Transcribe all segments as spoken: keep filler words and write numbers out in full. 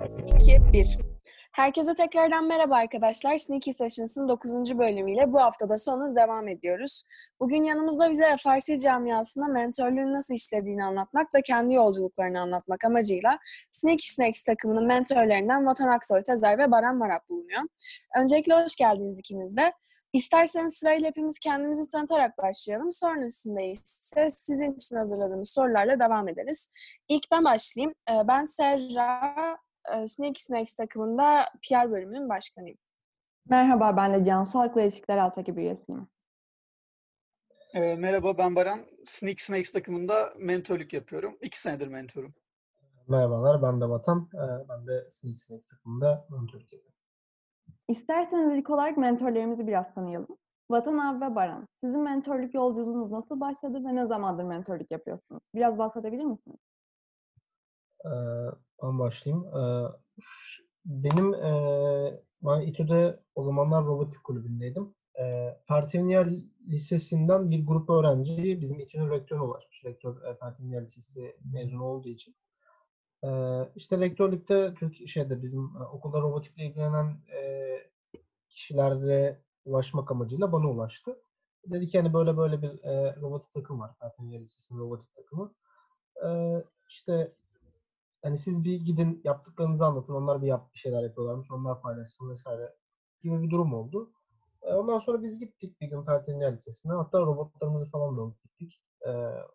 iki, bir. Herkese tekrardan merhaba arkadaşlar. Sneaky Sessions'ın dokuzuncu bölümüyle bu haftada sonuz devam ediyoruz. Bugün yanımızda bize F R C camiasında mentörlüğün nasıl işlediğini anlatmak ve kendi yolculuklarını anlatmak amacıyla Sneaky Snacks takımının mentörlerinden Vatan Aksoy Tezer ve Baran Marap bulunuyor. Öncelikle hoş geldiniz ikiniz de. İsterseniz sırayla hepimiz kendimizi tanıtarak başlayalım. Sonrasında ise sizin için hazırladığımız sorularla devam ederiz. İlk ben başlayayım. Ben Serra, Sneaky Snacks takımında P R bölümünün başkanıyım. Merhaba, ben de Cansu Halkla İlişkiler Alt Ekibi üyesiyim. E, merhaba, ben Baran. Sneaky Snacks takımında mentörlük yapıyorum. İki senedir mentorum. Merhabalar, ben de Vatan. Ee, ben de Sneaky Snacks takımında mentörlük yapıyorum. İsterseniz ilk olarak mentorlarımızı biraz tanıyalım. Vatan abi ve Baran, sizin mentorluk yolculuğunuz nasıl başladı ve ne zamandır mentorluk yapıyorsunuz? Biraz bahsedebilir misiniz? Ee, ben başlayayım. Ee, benim e, ben İTÜ'de o zamanlar robotik kulübündeydim. Ee, Pertiniyer Lisesi'nden bir grup öğrenci bizim İTÜ'nün rektörüne ulaşmış. Rektör e, Pertiniyer Lisesi mezunu olduğu için. Ee, işte rektörlükte Türk şeyde bizim e, okulda robotikle ilgilenen e, kişilerde ulaşmak amacıyla bana ulaştı. Dedi ki hani böyle böyle bir e, robotik takım var. Pertiniyer Lisesi'nin robotik takımı. E, işte hani siz bir gidin yaptıklarınızı anlatın. Onlar bir yap bir şeyler yapıyorlarmış. Onlar paylaşsın vesaire gibi bir durum oldu. E, ondan sonra biz gittik bir gün Pertiniyer Lisesi'ne. Hatta robotlarımızı falan da alıp gittik. E,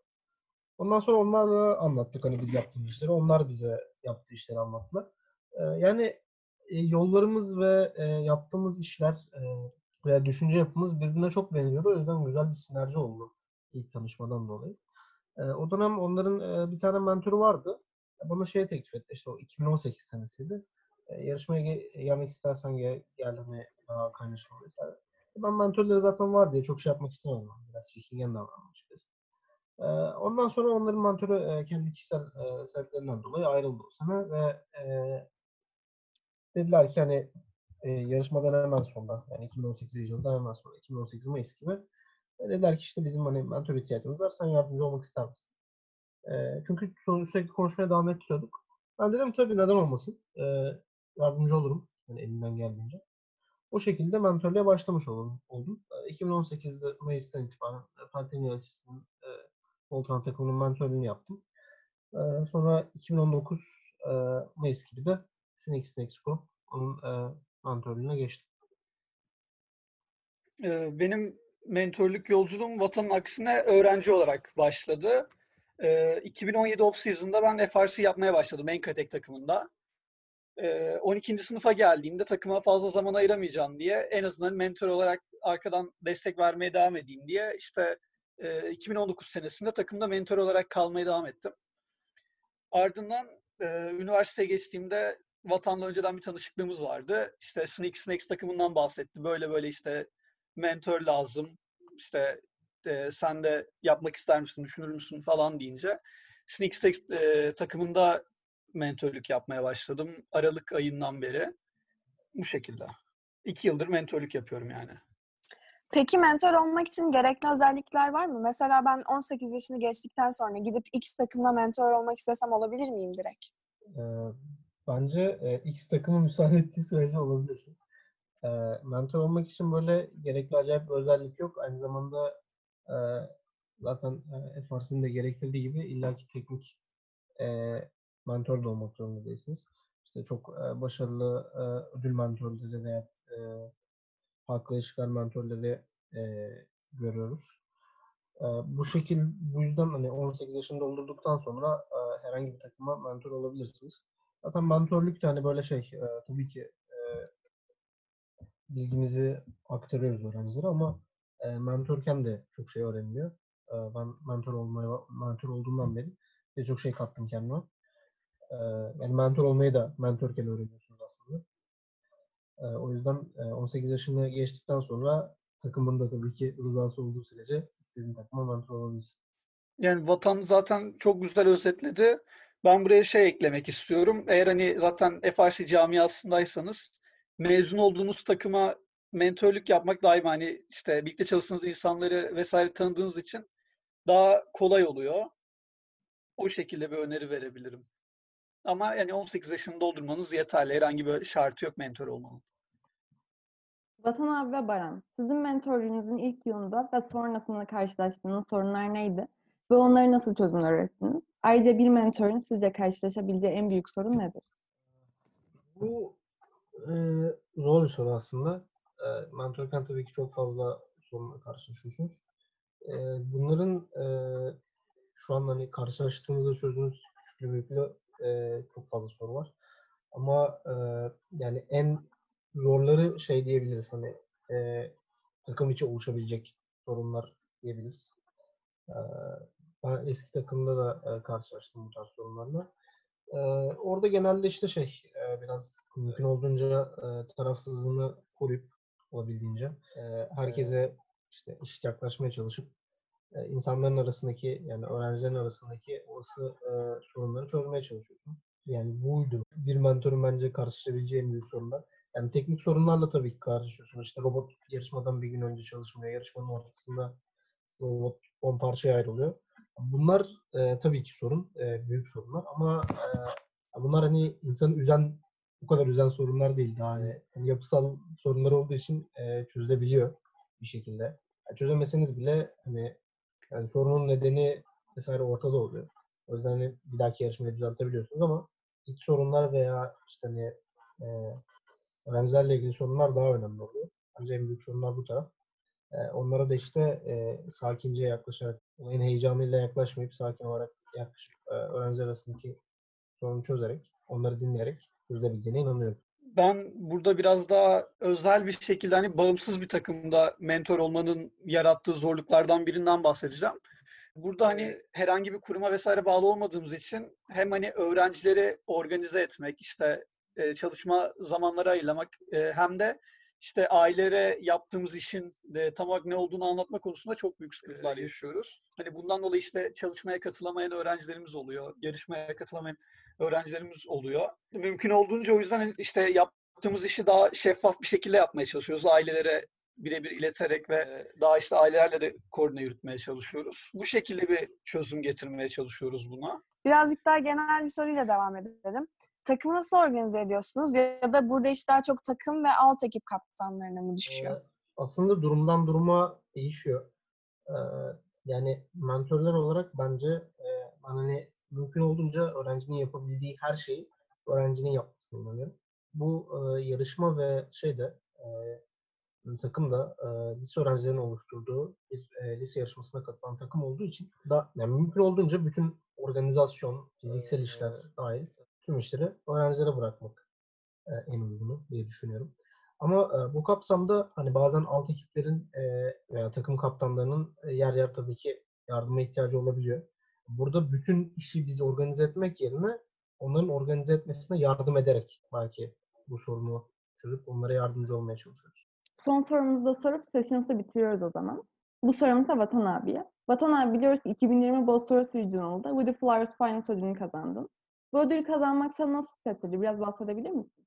ondan sonra onlarla anlattık hani biz yaptığımız işleri. Onlar bize yaptığı işleri anlattılar. E, yani e, yollarımız ve e, yaptığımız işler e, veya düşünce yapımız birbirine çok benziyordu. O yüzden güzel bir sinerji oldu ilk tanışmadan dolayı. E, o dönem onların e, bir tane mentörü vardı. Bana şey teklif etti. İşte o iki bin on sekiz senesiydi. E, yarışmaya ge- gelmek istersen gel, gel hani daha kaynaşalım vesaire. E, ben mentörleri zaten var diye çok şey yapmak istemedim. Biraz çekingen davrandım açıkçası. E, ondan sonra onların mentörü e, kendi kişisel e, sebeplerinden dolayı ayrıldı o sene ve e, dediler ki hani e, yarışmadan hemen sonra yani iki bin on sekiz yılından hemen sonra iki bin on sekiz Mayıs gibi e, dediler ki işte bizim hani mentor ihtiyacımız var. Sen yardımcı olmak ister misin? E, çünkü sürekli konuşmaya devam ettiriyorduk. Ben dedim tabii neden olmasın. E, yardımcı olurum. Yani elimden geldiğince. O şekilde mentörlüğe başlamış oldum. oldum. E, iki bin on sekizde Mayıs'tan itibaren Partinin Yarışı'nın e, Voltran takımının mentörlüğünü yaptım. E, sonra iki bin on dokuz e, Mayıs gibi de Snake Snakes Group onun e, mentörlüğüne geçtim. E, benim mentörlük yolculuğum Vatan'ın aksine öğrenci olarak başladı. E, iki bin on yedi off-season'da ben F R C yapmaya başladım Enkatek takımında. E, on ikinci sınıfa geldiğimde takıma fazla zaman ayıramayacağım diye en azından mentor olarak arkadan destek vermeye devam edeyim diye işte e, iki bin on dokuz senesinde takımda mentor olarak kalmaya devam ettim. Ardından e, üniversiteye geçtiğimde Vatan'la önceden bir tanışıklığımız vardı. İşte Sneaky Snacks takımından bahsetti. Böyle böyle işte mentor lazım. İşte e, sen de yapmak ister misin, düşünür müsün falan deyince Sneaky Snacks e, takımında mentörlük yapmaya başladım. Aralık ayından beri. Bu şekilde. İki yıldır mentörlük yapıyorum yani. Peki mentor olmak için gerekli özellikler var mı? Mesela ben on sekiz yaşını geçtikten sonra gidip X takımla mentor olmak istesem olabilir miyim direkt? E, bence e, X takımı müsaade ettiği sürece olabilirsin. E, mentor olmak için böyle gerekli acayip bir özellik yok. Aynı zamanda e, zaten e, F R C'nin de gerektirdiği gibi illaki teknik e, mentor da olmak zorunda değilsiniz. İşte çok e, başarılı e, ödül mentorları veya e, halkla ilişkiler mentorları e, görüyoruz. E, bu şekil bu yüzden hani on sekiz yaşını doldurduktan sonra e, herhangi bir takıma mentor olabilirsiniz. Zaten mentorluk da hani böyle şey e, tabii ki e, bilgimizi aktarıyoruz öğrencilere ama e, mentorken de çok şey öğreniliyor. E, ben mentor olmaya mentor olduğumdan beri birçok şey kattım kendime. E, yani mentor olmayı da mentorken öğreniyorsunuz aslında. E, o yüzden e, on sekiz yaşını geçtikten sonra takımın da tabii ki rızası olduğu sürece istediğin takıma mentor olabilirsin. Yani Vatan zaten çok güzel özetledi. Ben buraya şey eklemek istiyorum. Eğer hani zaten F R C camiasındaysanız mezun olduğunuz takıma mentörlük yapmak daima hani işte birlikte çalıştığınız insanları vesaire tanıdığınız için daha kolay oluyor. O şekilde bir öneri verebilirim. Ama yani on sekiz yaşını doldurmanız yeterli. Herhangi bir şartı yok mentor olmanın. Vatan abi ve Baran, sizin mentörlüğünüzün ilk yılında ve sonrasında karşılaştığınız sorunlar neydi? Ve onları nasıl çözümler ürettiniz? Ayrıca bir mentörün sizce karşılaşabileceği en büyük sorun nedir? Bu e, zor bir soru aslında. E, mentörken tabii ki çok fazla sorunla karşılaşıyorsunuz. E, bunların e, şu an hani karşılaştığımızda çözdüğümüz küçüklü büyüklü e, çok fazla soru var. Ama e, yani en zorları şey diyebiliriz hani e, takım içi oluşabilecek sorunlar diyebiliriz. E, Ben eski takımda da e, karşılaştım bu tarz sorunlarla. E, Orada genelde işte şey e, biraz mümkün olduğunca e, tarafsızlığını koruyup olabildiğince e, herkese işte eşit yaklaşmaya çalışıp e, insanların arasındaki yani öğrencilerin arasındaki olası e, sorunları çözmeye çalışıyorsun. Yani buydu. Bir mentorun bence karşılaşabileceği en büyük sorunlar. Yani teknik sorunlarla tabii ki karşılaşıyorsun. İşte robot yarışmadan bir gün önce çalışmıyor. Yarışmanın ortasında robot on parçaya ayrılıyor. Bunlar e, tabii ki sorun. E, büyük sorunlar. Ama e, bunlar hani insanı üzen, bu kadar üzen sorunlar değil. Daha hani, hani yapısal sorunlar olduğu için e, çözülebiliyor bir şekilde. Yani çözemeseniz bile hani yani sorunun nedeni vesaire ortada oluyor. O yüzden hani bir dahaki yarışmayı düzeltebiliyorsunuz ama iç sorunlar veya işte hani e, öğrencilerle ilgili sorunlar daha önemli oluyor. Bence en büyük sorunlar bu taraf. E, onlara da işte e, sakince yaklaşarak, olayın heyecanıyla yaklaşmayıp sakin olarak yaklaşıp e, öğrenciler arasındaki sorunu çözerek, onları dinleyerek çözülebileceğine inanıyorum. Ben burada biraz daha özel bir şekilde hani bağımsız bir takımda mentor olmanın yarattığı zorluklardan birinden bahsedeceğim. Burada hani herhangi bir kuruma vesaire bağlı olmadığımız için hem hani öğrencileri organize etmek, işte e, çalışma zamanları ayırmak e, hem de işte ailelere yaptığımız işin de tam olarak ne olduğunu anlatma konusunda çok büyük sıkıntılar yaşıyoruz. Hani bundan dolayı işte çalışmaya katılamayan öğrencilerimiz oluyor, yarışmaya katılamayan öğrencilerimiz oluyor. Mümkün olduğunca o yüzden işte yaptığımız işi daha şeffaf bir şekilde yapmaya çalışıyoruz. Ailelere birebir ileterek ve daha işte ailelerle de koordine yürütmeye çalışıyoruz. Bu şekilde bir çözüm getirmeye çalışıyoruz buna. Birazcık daha genel bir soruyla devam edelim. Takımı nasıl organize ediyorsunuz? Ya da burada iş daha çok takım ve alt ekip kaptanlarına mı E, düşüyor? Aslında durumdan duruma değişiyor. Ee, Yani mentörler olarak bence e, ben hani mümkün olduğunca öğrencinin yapabildiği her şeyi öğrencinin yapmasını inanıyorum. Bu e, yarışma ve şeyde e, takım da e, lise öğrencilerinin oluşturduğu bir e, lise yarışmasına katılan takım olduğu için da yani mümkün olduğunca bütün organizasyon, fiziksel işler dahil tüm işleri öğrencilere bırakmak e, en uygunu diye düşünüyorum. Ama e, bu kapsamda hani bazen alt ekiplerin e, veya takım kaptanlarının e, yer yer tabii ki yardıma ihtiyacı olabiliyor. Burada bütün işi biz organize etmek yerine onların organize etmesine yardım ederek belki bu sorunu çözüp onlara yardımcı olmaya çalışıyoruz. Son sorumuzu da sorup session'ı bitiriyoruz o zaman. Bu sorumuz da Vatan abiye. Vatan abi biliyoruz ki iki bin yirmi Bosphorus Regional'da Woody Flowers Finance ödülünü kazandın. Bu ödülü kazanmak sana nasıl hissettirdi? Biraz bahsedebilir misin?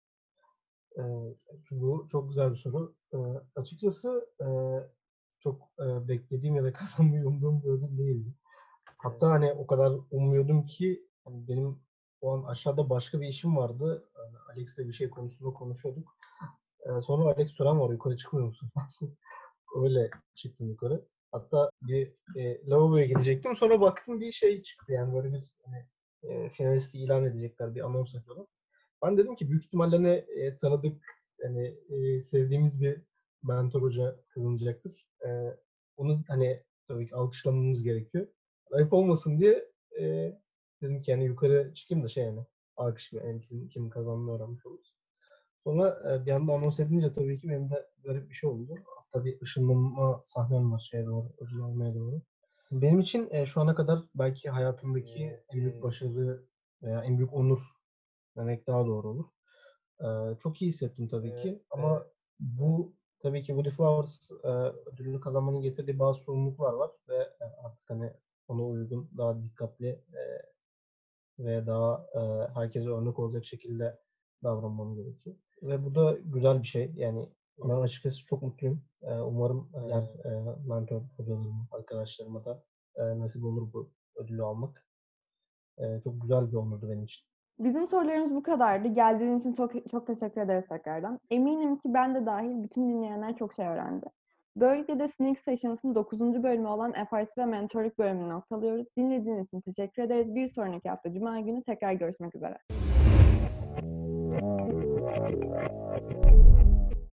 E, Bu çok güzel bir soru. E, açıkçası e, çok e, beklediğim ya da kazanmayı umduğum bir ödül değildi. Hatta hani o kadar ummuyordum ki hani benim o an aşağıda başka bir işim vardı. Yani Alex'le bir şey konusunda konuşuyorduk. Ee, sonra Alex soran var yukarı çıkmıyor musun? Öyle çıktım yukarı. Hatta bir e, lavaboya gidecektim. Sonra baktım bir şey çıktı yani böyle bir hani, e, finalisti ilan edecekler bir anons yapıyorlar. Ben dedim ki büyük ihtimalle ne e, tanıdık hani e, sevdiğimiz bir mentor hoca kazanacaktır. E, onu hani tabii ki alkışlamamız gerekiyor. Ayıp olmasın diye e, dedim ki yani yukarı çıkayım da şey yani alkış yani kim, kim kazandığını öğrenmiş oluruz. Sonra e, bir anda anons edince tabii ki benim de garip bir şey oldu. Hatta bir ışınlanma sahnem var şeye doğru, ödül almaya doğru. Benim için e, şu ana kadar belki hayatımdaki en büyük başarı veya en büyük onur demek daha doğru olur. Ee, çok iyi hissettim tabii ki ama bu tabii ki Woody Flowers e, ödülünü kazanmanın getirdiği bazı sorumluluklar var ve e, artık hani ona uygun daha dikkatli e, ve daha e, herkese örnek olacak şekilde davranmam gerekiyor. Ve bu da güzel bir şey. Yani ben açıkçası çok mutluyum. E, umarım diğer e, mentor hocalarıma, arkadaşlarıma da e, nasip olur bu ödülü almak. E, çok güzel bir onurdu benim için. Bizim sorularımız bu kadardı. Geldiğiniz için çok, çok teşekkür ederiz tekrardan. Eminim ki ben de dahil bütün dinleyenler çok şey öğrendi. Böylelikle de Sneak Sessions'ın dokuzuncu bölümü olan F R C ve Mentorluk bölümünü noktalıyoruz. Dinlediğiniz için teşekkür ederiz. Bir sonraki hafta Cuma günü tekrar görüşmek üzere.